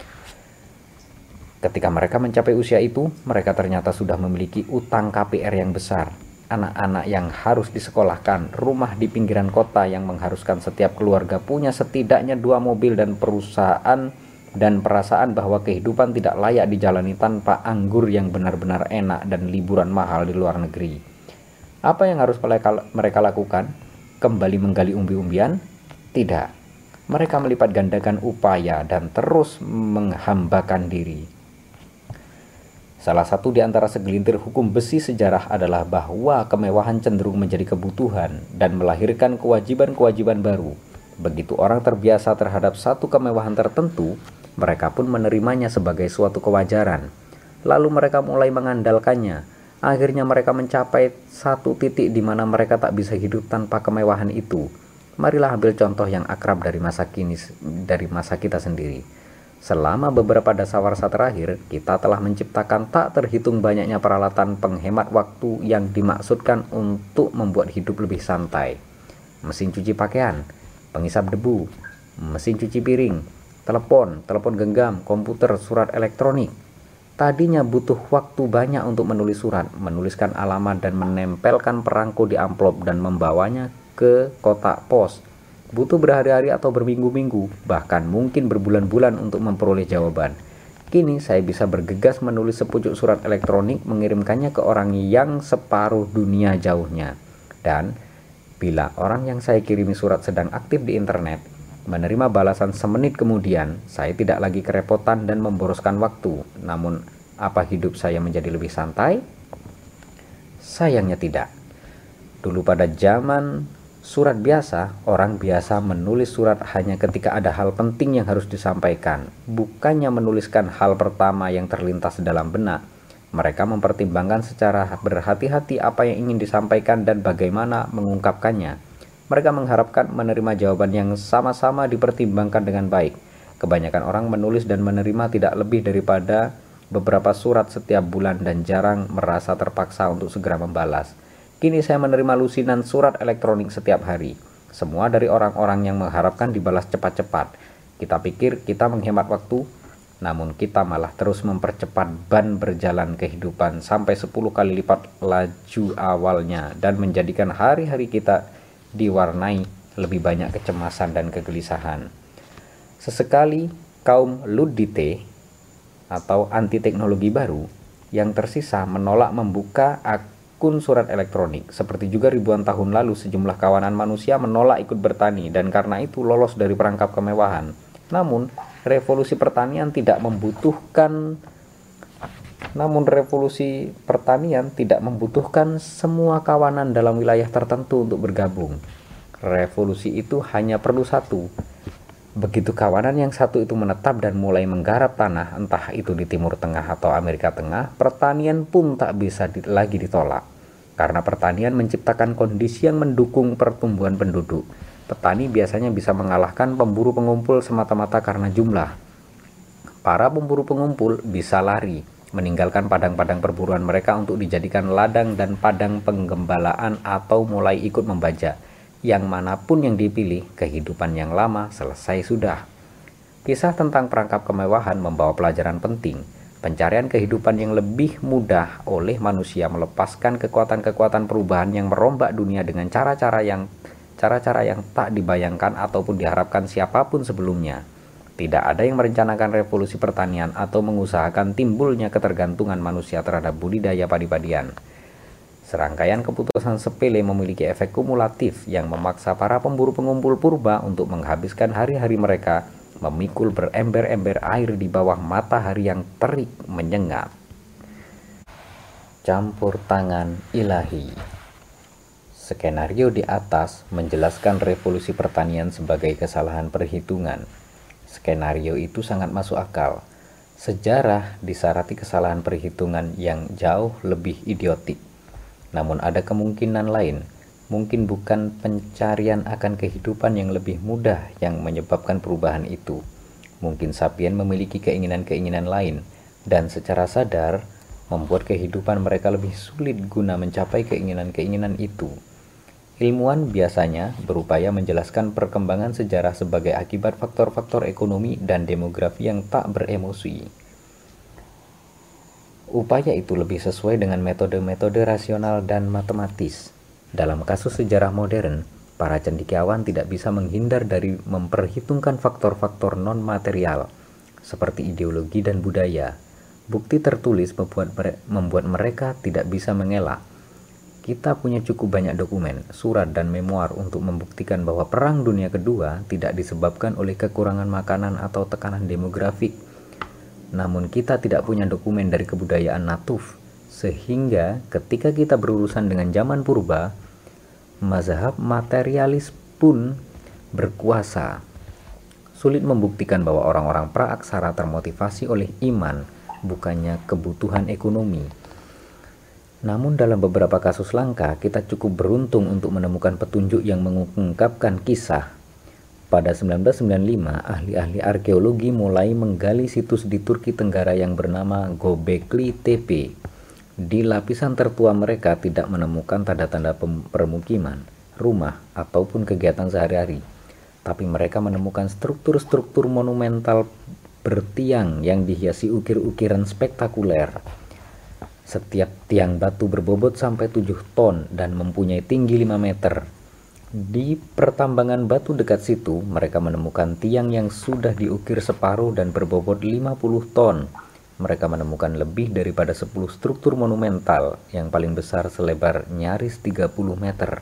S1: Ketika mereka mencapai usia itu, mereka ternyata sudah memiliki utang KPR yang besar, anak-anak yang harus disekolahkan, rumah di pinggiran kota yang mengharuskan setiap keluarga punya setidaknya 2 mobil, dan perusahaan dan perasaan bahwa kehidupan tidak layak dijalani tanpa anggur yang benar-benar enak dan liburan mahal di luar negeri. Apa yang harus mereka lakukan? Kembali menggali umbi-umbian? Tidak. Mereka melipat gandakan upaya dan terus menghambakan diri. Salah satu di antara segelintir hukum besi sejarah adalah bahwa kemewahan cenderung menjadi kebutuhan dan melahirkan kewajiban-kewajiban baru. Begitu orang terbiasa terhadap satu kemewahan tertentu, mereka pun menerimanya sebagai suatu kewajaran. Lalu mereka mulai mengandalkannya. Akhirnya mereka mencapai satu titik di mana mereka tak bisa hidup tanpa kemewahan itu. Marilah ambil contoh yang akrab dari masa kini, dari masa kita sendiri. Selama beberapa dasawarsa terakhir, kita telah menciptakan tak terhitung banyaknya peralatan penghemat waktu yang dimaksudkan untuk membuat hidup lebih santai. Mesin cuci pakaian, pengisap debu, mesin cuci piring, telepon genggam, komputer, surat elektronik. Tadinya butuh waktu banyak untuk menulis surat, menuliskan alamat dan menempelkan perangko di amplop dan membawanya ke kotak pos. Butuh berhari-hari atau berminggu-minggu, bahkan mungkin berbulan-bulan untuk memperoleh jawaban. Kini saya bisa bergegas menulis sepucuk surat elektronik, mengirimkannya ke orang yang separuh dunia jauhnya. Dan bila orang yang saya kirimi surat sedang aktif di internet, menerima balasan semenit kemudian, saya tidak lagi kerepotan dan memboroskan waktu. Namun, apa hidup saya menjadi lebih santai? Sayangnya tidak. Dulu pada zaman surat biasa, orang biasa menulis surat hanya ketika ada hal penting yang harus disampaikan. Bukannya menuliskan hal pertama yang terlintas dalam benak. Mereka mempertimbangkan secara berhati-hati apa yang ingin disampaikan dan bagaimana mengungkapkannya. Mereka mengharapkan menerima jawaban yang sama-sama dipertimbangkan dengan baik. Kebanyakan orang menulis dan menerima tidak lebih daripada beberapa surat setiap bulan dan jarang merasa terpaksa untuk segera membalas. Kini saya menerima lusinan surat elektronik setiap hari. Semua dari orang-orang yang mengharapkan dibalas cepat-cepat. Kita pikir kita menghemat waktu, namun kita malah terus mempercepat ban berjalan kehidupan sampai 10 kali lipat laju awalnya dan menjadikan hari-hari kita diwarnai lebih banyak kecemasan dan kegelisahan. Sesekali kaum Luddite atau anti teknologi baru yang tersisa menolak membuka akun surat elektronik. Seperti juga ribuan tahun lalu sejumlah kawanan manusia menolak ikut bertani dan karena itu lolos dari perangkap kemewahan. Namun revolusi pertanian tidak membutuhkan semua kawanan dalam wilayah tertentu untuk bergabung. Revolusi itu hanya perlu satu. Begitu kawanan yang satu itu menetap dan mulai menggarap tanah, entah itu di Timur Tengah atau Amerika Tengah, pertanian pun tak bisa lagi ditolak. Karena pertanian menciptakan kondisi yang mendukung pertumbuhan penduduk. Petani biasanya bisa mengalahkan pemburu pengumpul semata-mata karena jumlah. Para pemburu pengumpul bisa lari, meninggalkan padang-padang perburuan mereka untuk dijadikan ladang dan padang penggembalaan atau mulai ikut membajak. Yang manapun yang dipilih, kehidupan yang lama selesai sudah. Kisah tentang perangkap kemewahan membawa pelajaran penting. Pencarian kehidupan yang lebih mudah oleh manusia melepaskan kekuatan-kekuatan perubahan yang merombak dunia dengan cara-cara yang tak dibayangkan ataupun diharapkan siapapun sebelumnya. Tidak ada yang merencanakan revolusi pertanian atau mengusahakan timbulnya ketergantungan manusia terhadap budidaya padi-padian. Serangkaian keputusan sepele memiliki efek kumulatif yang memaksa para pemburu pengumpul purba untuk menghabiskan hari-hari mereka memikul berember-ember air di bawah matahari yang terik menyengat. campur tangan ilahi. Skenario di atas menjelaskan revolusi pertanian sebagai kesalahan perhitungan. Skenario itu sangat masuk akal. Sejarah disarati kesalahan perhitungan yang jauh lebih idiotik. Namun ada kemungkinan lain. Mungkin bukan pencarian akan kehidupan yang lebih mudah yang menyebabkan perubahan itu. Mungkin sapien memiliki keinginan-keinginan lain dan secara sadar membuat kehidupan mereka lebih sulit guna mencapai keinginan-keinginan itu. Ilmuwan biasanya berupaya menjelaskan perkembangan sejarah sebagai akibat faktor-faktor ekonomi dan demografi yang tak beremosi. Upaya itu lebih sesuai dengan metode-metode rasional dan matematis. Dalam kasus sejarah modern, para cendekiawan tidak bisa menghindar dari memperhitungkan faktor-faktor non-material, seperti ideologi dan budaya. Bukti tertulis membuat mereka tidak bisa mengelak. Kita punya cukup banyak dokumen, surat, dan memoir untuk membuktikan bahwa Perang Dunia Kedua tidak disebabkan oleh kekurangan makanan atau tekanan demografik. Namun kita tidak punya dokumen dari kebudayaan Natuf, sehingga ketika kita berurusan dengan zaman purba, mazhab materialis pun berkuasa. Sulit membuktikan bahwa orang-orang praaksara termotivasi oleh iman, bukannya kebutuhan ekonomi. Namun dalam beberapa kasus langka, kita cukup beruntung untuk menemukan petunjuk yang mengungkapkan kisah. Pada 1995, ahli-ahli arkeologi mulai menggali situs di Turki Tenggara yang bernama Göbekli Tepe. Di lapisan tertua mereka tidak menemukan tanda-tanda permukiman, rumah, ataupun kegiatan sehari-hari. Tapi mereka menemukan struktur-struktur monumental bertiang yang dihiasi ukir-ukiran spektakuler. Setiap tiang batu berbobot sampai 7 ton dan mempunyai tinggi 5 meter. Di pertambangan batu dekat situ, mereka menemukan tiang yang sudah diukir separuh dan berbobot 50 ton. Mereka menemukan lebih daripada 10 struktur monumental yang paling besar selebar nyaris 30 meter.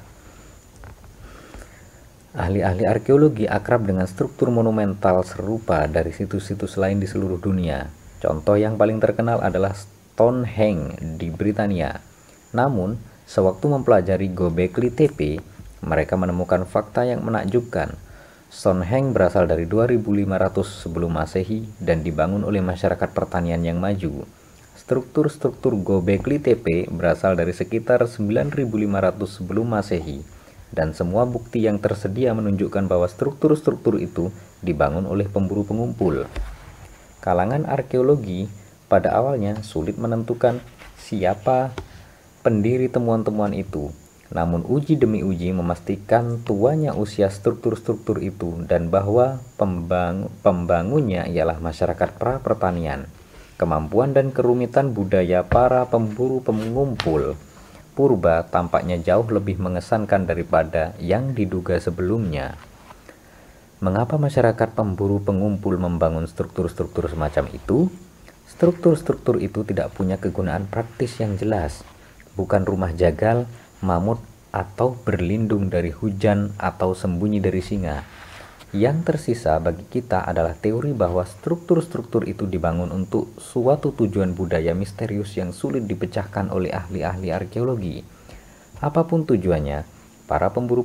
S1: Ahli-ahli arkeologi akrab dengan struktur monumental serupa dari situs-situs lain di seluruh dunia. Contoh yang paling terkenal adalah Stonehenge di Britania. Namun, sewaktu mempelajari Göbekli Tepe, mereka menemukan fakta yang menakjubkan. Stonehenge berasal dari 2500 sebelum Masehi dan dibangun oleh masyarakat pertanian yang maju. Struktur-struktur Göbekli Tepe berasal dari sekitar 9500 sebelum Masehi. Dan semua bukti yang tersedia menunjukkan bahwa struktur-struktur itu dibangun oleh pemburu pengumpul. Kalangan arkeologi pada awalnya sulit menentukan siapa pendiri temuan-temuan itu. Namun uji demi uji memastikan tuanya usia struktur-struktur itu dan bahwa pembangunnya ialah masyarakat pra-pertanian. Kemampuan dan kerumitan budaya para pemburu pengumpul purba tampaknya jauh lebih mengesankan daripada yang diduga sebelumnya. Mengapa masyarakat pemburu pengumpul membangun struktur-struktur semacam itu? Struktur-struktur itu tidak punya kegunaan praktis yang jelas, bukan rumah jagal, mamut, atau berlindung dari hujan atau sembunyi dari singa. Yang tersisa bagi kita adalah teori bahwa struktur-struktur itu dibangun untuk suatu tujuan budaya misterius yang sulit dipecahkan oleh ahli-ahli arkeologi. Apapun tujuannya, para pemburu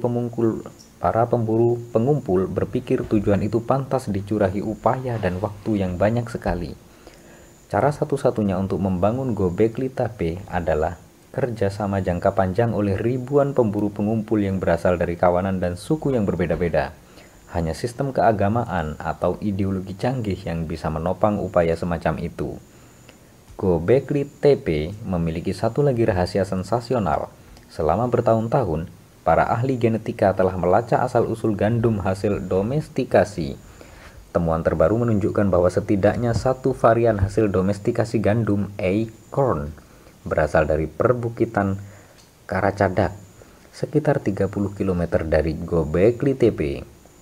S1: pengumpul berpikir tujuan itu pantas dicurahi upaya dan waktu yang banyak sekali. Cara satu-satunya untuk membangun Göbekli Tepe adalah kerjasama jangka panjang oleh ribuan pemburu pengumpul yang berasal dari kawanan dan suku yang berbeda-beda. Hanya sistem keagamaan atau ideologi canggih yang bisa menopang upaya semacam itu. Göbekli Tepe memiliki satu lagi rahasia sensasional. Selama bertahun-tahun, para ahli genetika telah melacak asal-usul gandum hasil domestikasi. Temuan terbaru menunjukkan bahwa setidaknya satu varian hasil domestikasi gandum acorn berasal dari perbukitan Karacadak, sekitar 30 km dari Göbekli Tepe.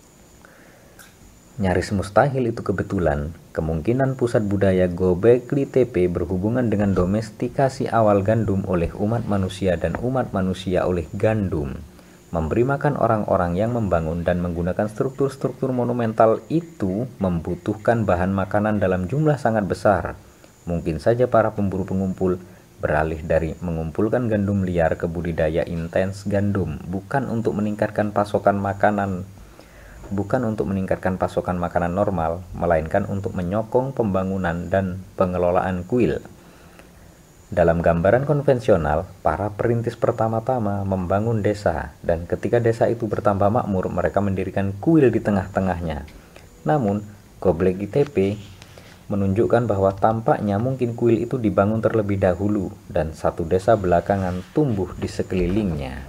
S1: Nyaris mustahil itu kebetulan. Kemungkinan pusat budaya Göbekli Tepe berhubungan dengan domestikasi awal gandum oleh umat manusia dan umat manusia oleh gandum. Memberi makan orang-orang yang membangun dan menggunakan struktur-struktur monumental itu membutuhkan bahan makanan dalam jumlah sangat besar. Mungkin saja para pemburu pengumpul beralih dari mengumpulkan gandum liar ke budidaya intens gandum bukan untuk meningkatkan pasokan makanan normal, melainkan untuk menyokong pembangunan dan pengelolaan kuil. Dalam gambaran konvensional, para perintis pertama-tama membangun desa, dan ketika desa itu bertambah makmur, mereka mendirikan kuil di tengah-tengahnya. Namun, Göbekli Tepe menunjukkan bahwa tampaknya mungkin kuil itu dibangun terlebih dahulu, dan satu desa belakangan tumbuh di sekelilingnya.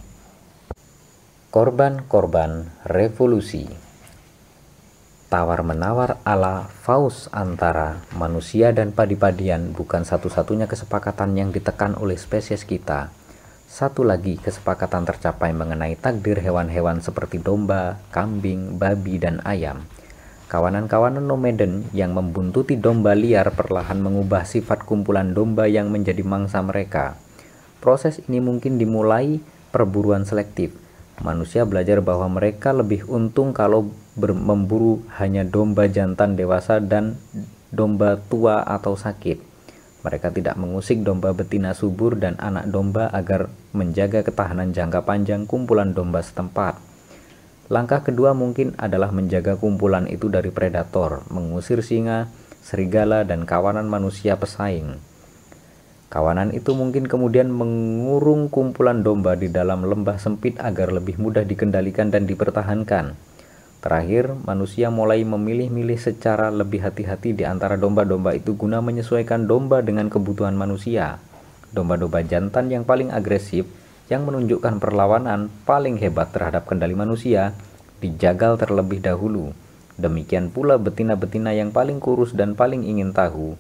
S1: Korban-korban revolusi. Tawar-menawar ala Faust antara manusia dan padi-padian bukan satu-satunya kesepakatan yang ditekan oleh spesies kita. Satu lagi kesepakatan tercapai mengenai takdir hewan-hewan seperti domba, kambing, babi, dan ayam. Kawanan-kawanan nomaden yang membuntuti domba liar perlahan mengubah sifat kumpulan domba yang menjadi mangsa mereka. Proses ini mungkin dimulai perburuan selektif. Manusia belajar bahwa mereka lebih untung kalau memburu hanya domba jantan dewasa dan domba tua atau sakit. Mereka tidak mengusik domba betina subur dan anak domba agar menjaga ketahanan jangka panjang kumpulan domba setempat. Langkah kedua mungkin adalah menjaga kumpulan itu dari predator, mengusir singa, serigala, dan kawanan manusia pesaing. Kawanan itu mungkin kemudian mengurung kumpulan domba di dalam lembah sempit agar lebih mudah dikendalikan dan dipertahankan. Terakhir, manusia mulai memilih-milih secara lebih hati-hati di antara domba-domba itu guna menyesuaikan domba dengan kebutuhan manusia. Domba-domba jantan yang paling agresif, yang menunjukkan perlawanan paling hebat terhadap kendali manusia, dijagal terlebih dahulu. Demikian pula betina-betina yang paling kurus dan paling ingin tahu.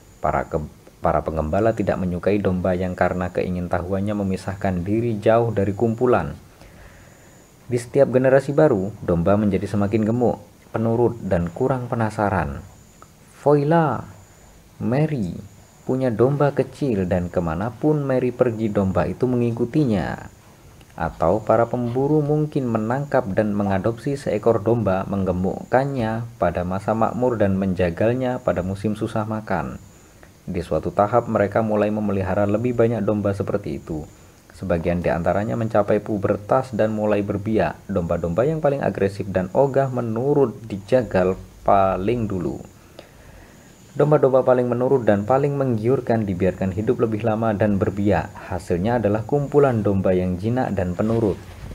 S1: Para pengembala tidak menyukai domba yang karena keingintahuannya memisahkan diri jauh dari kumpulan. Di setiap generasi baru, domba menjadi semakin gemuk, penurut, dan kurang penasaran. Voila, Mary punya domba kecil dan kemanapun Mary pergi domba itu mengikutinya. Atau para pemburu mungkin menangkap dan mengadopsi seekor domba, menggemukkannya pada masa makmur dan menjagalnya pada musim susah makan. Di suatu tahap mereka mulai memelihara lebih banyak domba seperti itu. Sebagian di antaranya mencapai pubertas dan mulai berbiak. Domba-domba yang paling agresif dan ogah menurut dijagal paling dulu. Domba-domba paling menurut dan paling menggiurkan dibiarkan hidup lebih lama dan berbiak. Hasilnya adalah kumpulan domba yang jinak dan penurut.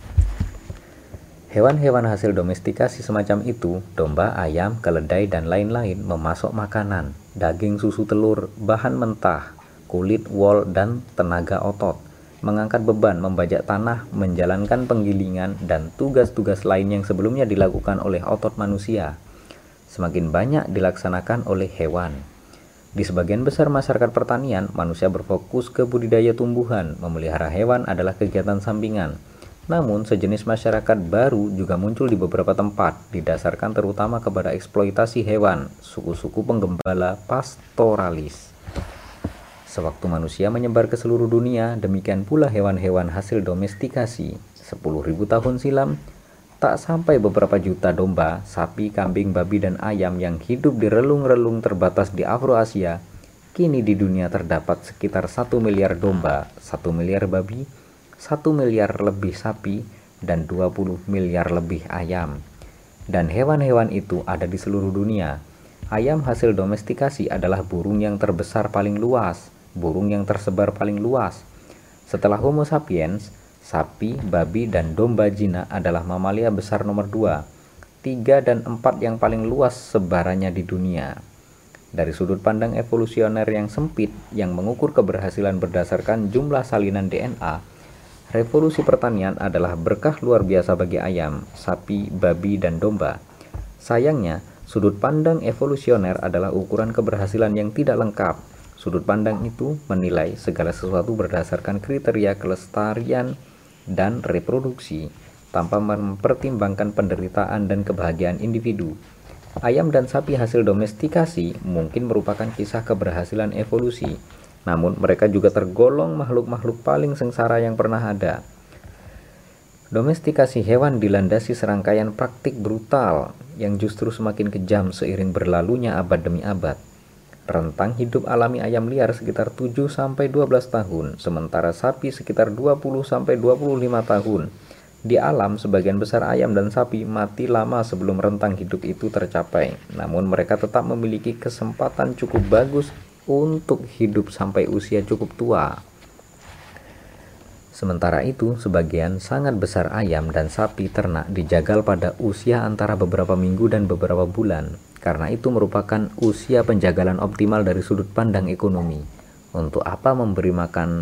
S1: Hewan-hewan hasil domestikasi semacam itu, domba, ayam, keledai, dan lain-lain memasok makanan, daging, susu, telur, bahan mentah, kulit, wol, dan tenaga otot, mengangkat beban, membajak tanah, menjalankan penggilingan, dan tugas-tugas lain yang sebelumnya dilakukan oleh otot manusia. Semakin banyak dilaksanakan oleh hewan. Di sebagian besar masyarakat pertanian, manusia berfokus ke budidaya tumbuhan, memelihara hewan adalah kegiatan sampingan. Namun, sejenis masyarakat baru juga muncul di beberapa tempat, didasarkan terutama kepada eksploitasi hewan, suku-suku penggembala pastoralis. Sewaktu manusia menyebar ke seluruh dunia, demikian pula hewan-hewan hasil domestikasi. 10.000 tahun silam, tak sampai beberapa juta domba, sapi, kambing, babi, dan ayam yang hidup di relung-relung terbatas di Afroasia, kini di dunia terdapat sekitar 1 miliar domba, 1 miliar babi, 1 miliar lebih sapi, dan 20 miliar lebih ayam. Dan hewan-hewan itu ada di seluruh dunia. Ayam hasil domestikasi adalah burung yang terbesar paling luas, burung yang tersebar paling luas. Setelah Homo sapiens, sapi, babi, dan domba jinak adalah mamalia besar nomor 2, 3, dan 4 yang paling luas sebarannya di dunia. Dari sudut pandang evolusioner yang sempit, yang mengukur keberhasilan berdasarkan jumlah salinan DNA, revolusi pertanian adalah berkah luar biasa bagi ayam, sapi, babi, dan domba. Sayangnya, sudut pandang evolusioner adalah ukuran keberhasilan yang tidak lengkap. Sudut pandang itu menilai segala sesuatu berdasarkan kriteria kelestarian dan reproduksi, tanpa mempertimbangkan penderitaan dan kebahagiaan individu. Ayam dan sapi hasil domestikasi mungkin merupakan kisah keberhasilan evolusi. Namun mereka juga tergolong makhluk-makhluk paling sengsara yang pernah ada. Domestikasi hewan dilandasi serangkaian praktik brutal yang justru semakin kejam seiring berlalunya abad demi abad. Rentang hidup alami ayam liar sekitar 7-12 tahun, sementara sapi sekitar 20-25 tahun. Di alam, sebagian besar ayam dan sapi mati lama sebelum rentang hidup itu tercapai. Namun mereka tetap memiliki kesempatan cukup bagus untuk hidup sampai usia cukup tua. Sementara itu, sebagian sangat besar ayam dan sapi ternak dijagal pada usia antara beberapa minggu dan beberapa bulan, karena itu merupakan usia penjagalan optimal dari sudut pandang ekonomi. Untuk apa memberi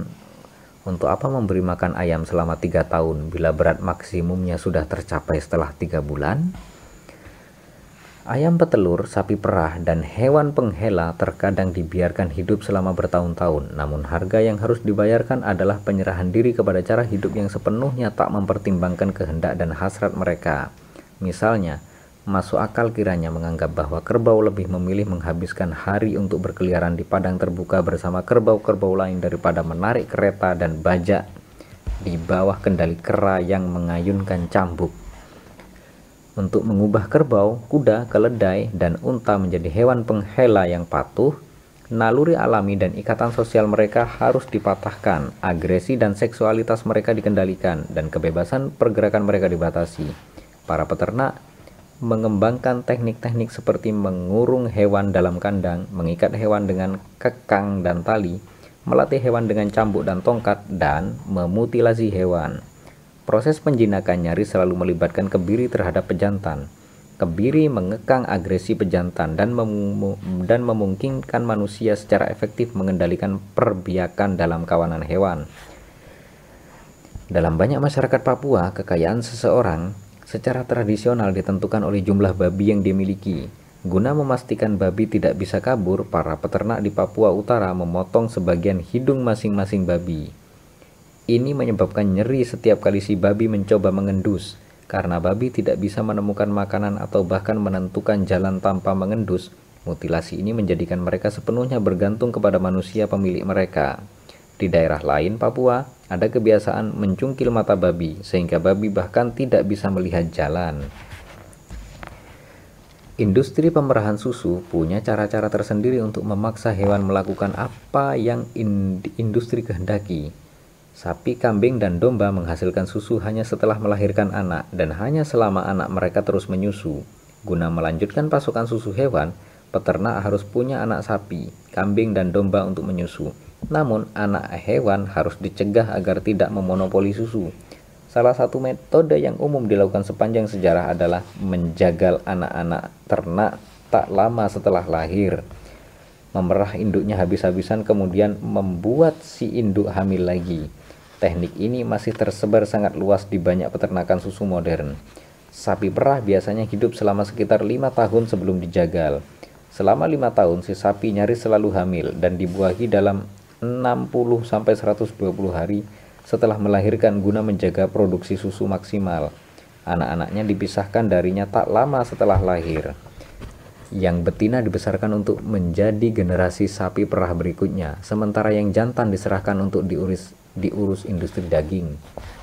S1: makan ayam selama 3 tahun bila berat maksimumnya sudah tercapai setelah 3 bulan? Ayam petelur, sapi perah, dan hewan penghela terkadang dibiarkan hidup selama bertahun-tahun, namun harga yang harus dibayarkan adalah penyerahan diri kepada cara hidup yang sepenuhnya tak mempertimbangkan kehendak dan hasrat mereka. Misalnya, masuk akal kiranya menganggap bahwa kerbau lebih memilih menghabiskan hari untuk berkeliaran di padang terbuka bersama kerbau-kerbau lain daripada menarik kereta dan bajak di bawah kendali kera yang mengayunkan cambuk. Untuk mengubah kerbau, kuda, keledai, dan unta menjadi hewan penghela yang patuh, naluri alami dan ikatan sosial mereka harus dipatahkan, agresi dan seksualitas mereka dikendalikan, dan kebebasan pergerakan mereka dibatasi. Para peternak mengembangkan teknik-teknik seperti mengurung hewan dalam kandang, mengikat hewan dengan kekang dan tali, melatih hewan dengan cambuk dan tongkat, dan memutilasi hewan. Proses penjinakan nyaris selalu melibatkan kebiri terhadap pejantan. Kebiri mengekang agresi pejantan dan memungkinkan manusia secara efektif mengendalikan perbiakan dalam kawanan hewan. Dalam banyak masyarakat Papua, kekayaan seseorang secara tradisional ditentukan oleh jumlah babi yang dimiliki. Guna memastikan babi tidak bisa kabur, para peternak di Papua Utara memotong sebagian hidung masing-masing babi. Ini menyebabkan nyeri setiap kali si babi mencoba mengendus. Karena babi tidak bisa menemukan makanan atau bahkan menentukan jalan tanpa mengendus, mutilasi ini menjadikan mereka sepenuhnya bergantung kepada manusia pemilik mereka. Di daerah lain Papua, ada kebiasaan mencungkil mata babi, sehingga babi bahkan tidak bisa melihat jalan. Industri pemerahan susu punya cara-cara tersendiri untuk memaksa hewan melakukan apa yang industri kehendaki. Sapi, kambing, dan domba menghasilkan susu hanya setelah melahirkan anak dan hanya selama anak mereka terus menyusu. Guna melanjutkan pasokan susu hewan, peternak harus punya anak sapi, kambing, dan domba untuk menyusu. Namun, anak hewan harus dicegah agar tidak memonopoli susu. Salah satu metode yang umum dilakukan sepanjang sejarah adalah menjagal anak-anak ternak tak lama setelah lahir. Memerah induknya habis-habisan kemudian membuat si induk hamil lagi. Teknik ini masih tersebar sangat luas di banyak peternakan susu modern. Sapi perah biasanya hidup selama sekitar 5 tahun sebelum dijagal. Selama 5 tahun si sapi nyaris selalu hamil dan dibuahi dalam 60-120 hari setelah melahirkan guna menjaga produksi susu maksimal. Anak-anaknya dipisahkan darinya tak lama setelah lahir. Yang betina dibesarkan untuk menjadi generasi sapi perah berikutnya, sementara yang jantan diserahkan untuk diurus industri daging.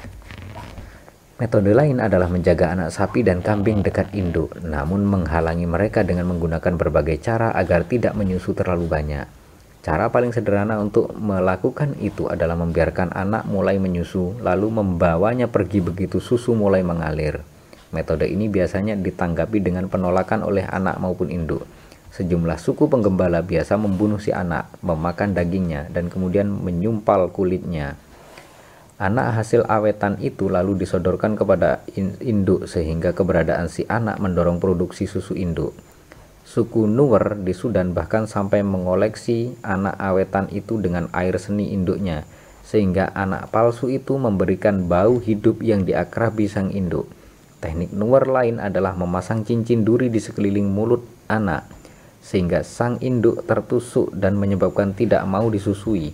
S1: Metode lain adalah menjaga anak sapi dan kambing dekat induk, namun menghalangi mereka dengan menggunakan berbagai cara agar tidak menyusu terlalu banyak. Cara paling sederhana untuk melakukan itu adalah membiarkan anak mulai menyusu, lalu membawanya pergi begitu susu mulai mengalir. Metode ini biasanya ditanggapi dengan penolakan oleh anak maupun induk. Sejumlah suku penggembala biasa membunuh si anak, memakan dagingnya, dan kemudian menyumpal kulitnya. Anak hasil awetan itu lalu disodorkan kepada induk sehingga keberadaan si anak mendorong produksi susu induk. Suku Nuer di Sudan bahkan sampai mengoleksi anak awetan itu dengan air seni induknya, sehingga anak palsu itu memberikan bau hidup yang diakrabi sang induk. Teknik Nuer lain adalah memasang cincin duri di sekeliling mulut anak, sehingga sang induk tertusuk dan menyebabkan tidak mau disusui.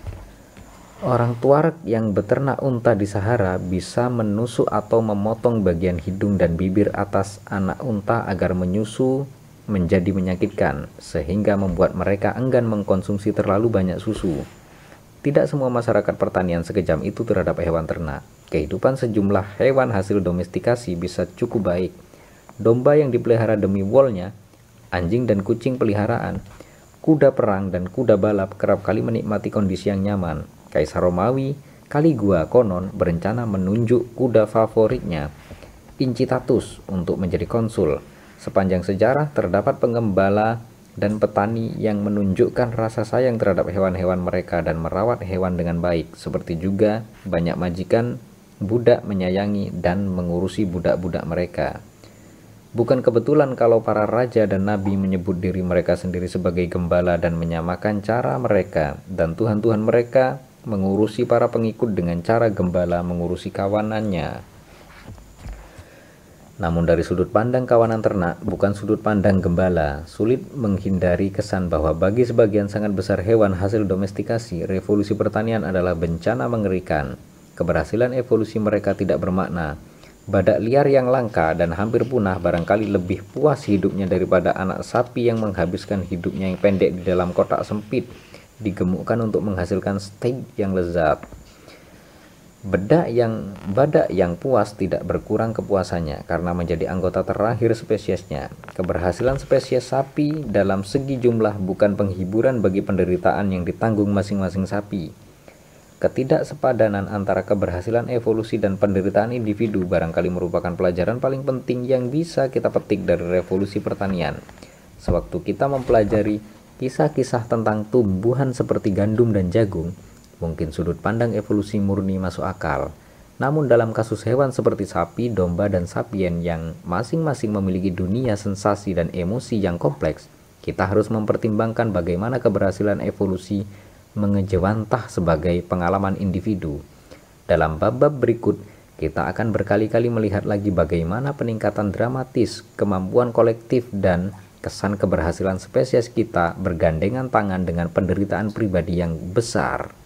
S1: Orang Tuareg yang beternak unta di Sahara bisa menusuk atau memotong bagian hidung dan bibir atas anak unta agar menyusu menjadi menyakitkan, sehingga membuat mereka enggan mengkonsumsi terlalu banyak susu. Tidak semua masyarakat pertanian sekejam itu terhadap hewan ternak. Kehidupan sejumlah hewan hasil domestikasi bisa cukup baik. Domba yang dipelihara demi wolnya, anjing dan kucing peliharaan, kuda perang dan kuda balap kerap kali menikmati kondisi yang nyaman. Kaisar Romawi, Caligula konon berencana menunjuk kuda favoritnya, Incitatus, untuk menjadi konsul. Sepanjang sejarah terdapat penggembala dan petani yang menunjukkan rasa sayang terhadap hewan-hewan mereka dan merawat hewan dengan baik, seperti juga banyak majikan budak menyayangi dan mengurusi budak-budak mereka. Bukan kebetulan kalau para raja dan nabi menyebut diri mereka sendiri sebagai gembala dan menyamakan cara mereka dan tuhan-tuhan mereka mengurusi para pengikut dengan cara gembala mengurusi kawanannya. Namun dari sudut pandang kawanan ternak, bukan sudut pandang gembala, sulit menghindari kesan bahwa bagi sebagian sangat besar hewan hasil domestikasi, revolusi pertanian adalah bencana mengerikan. Keberhasilan evolusi mereka tidak bermakna. Badak liar yang langka dan hampir punah barangkali lebih puas hidupnya daripada anak sapi yang menghabiskan hidupnya yang pendek di dalam kotak sempit, digemukkan untuk menghasilkan steak yang lezat. Badak yang puas tidak berkurang kepuasannya karena menjadi anggota terakhir spesiesnya. Keberhasilan spesies sapi dalam segi jumlah bukan penghiburan bagi penderitaan yang ditanggung masing-masing sapi. Ketidaksepadanan antara keberhasilan evolusi dan penderitaan individu barangkali merupakan pelajaran paling penting yang bisa kita petik dari revolusi pertanian. Sewaktu kita mempelajari kisah-kisah tentang tumbuhan seperti gandum dan jagung, mungkin sudut pandang evolusi murni masuk akal. Namun dalam kasus hewan seperti sapi, domba, dan sapien yang masing-masing memiliki dunia sensasi dan emosi yang kompleks, kita harus mempertimbangkan bagaimana keberhasilan evolusi mengejawantah sebagai pengalaman individu. Dalam bab-bab berikut, kita akan berkali-kali melihat lagi bagaimana peningkatan dramatis kemampuan kolektif dan kesan keberhasilan spesies kita bergandengan tangan dengan penderitaan pribadi yang besar.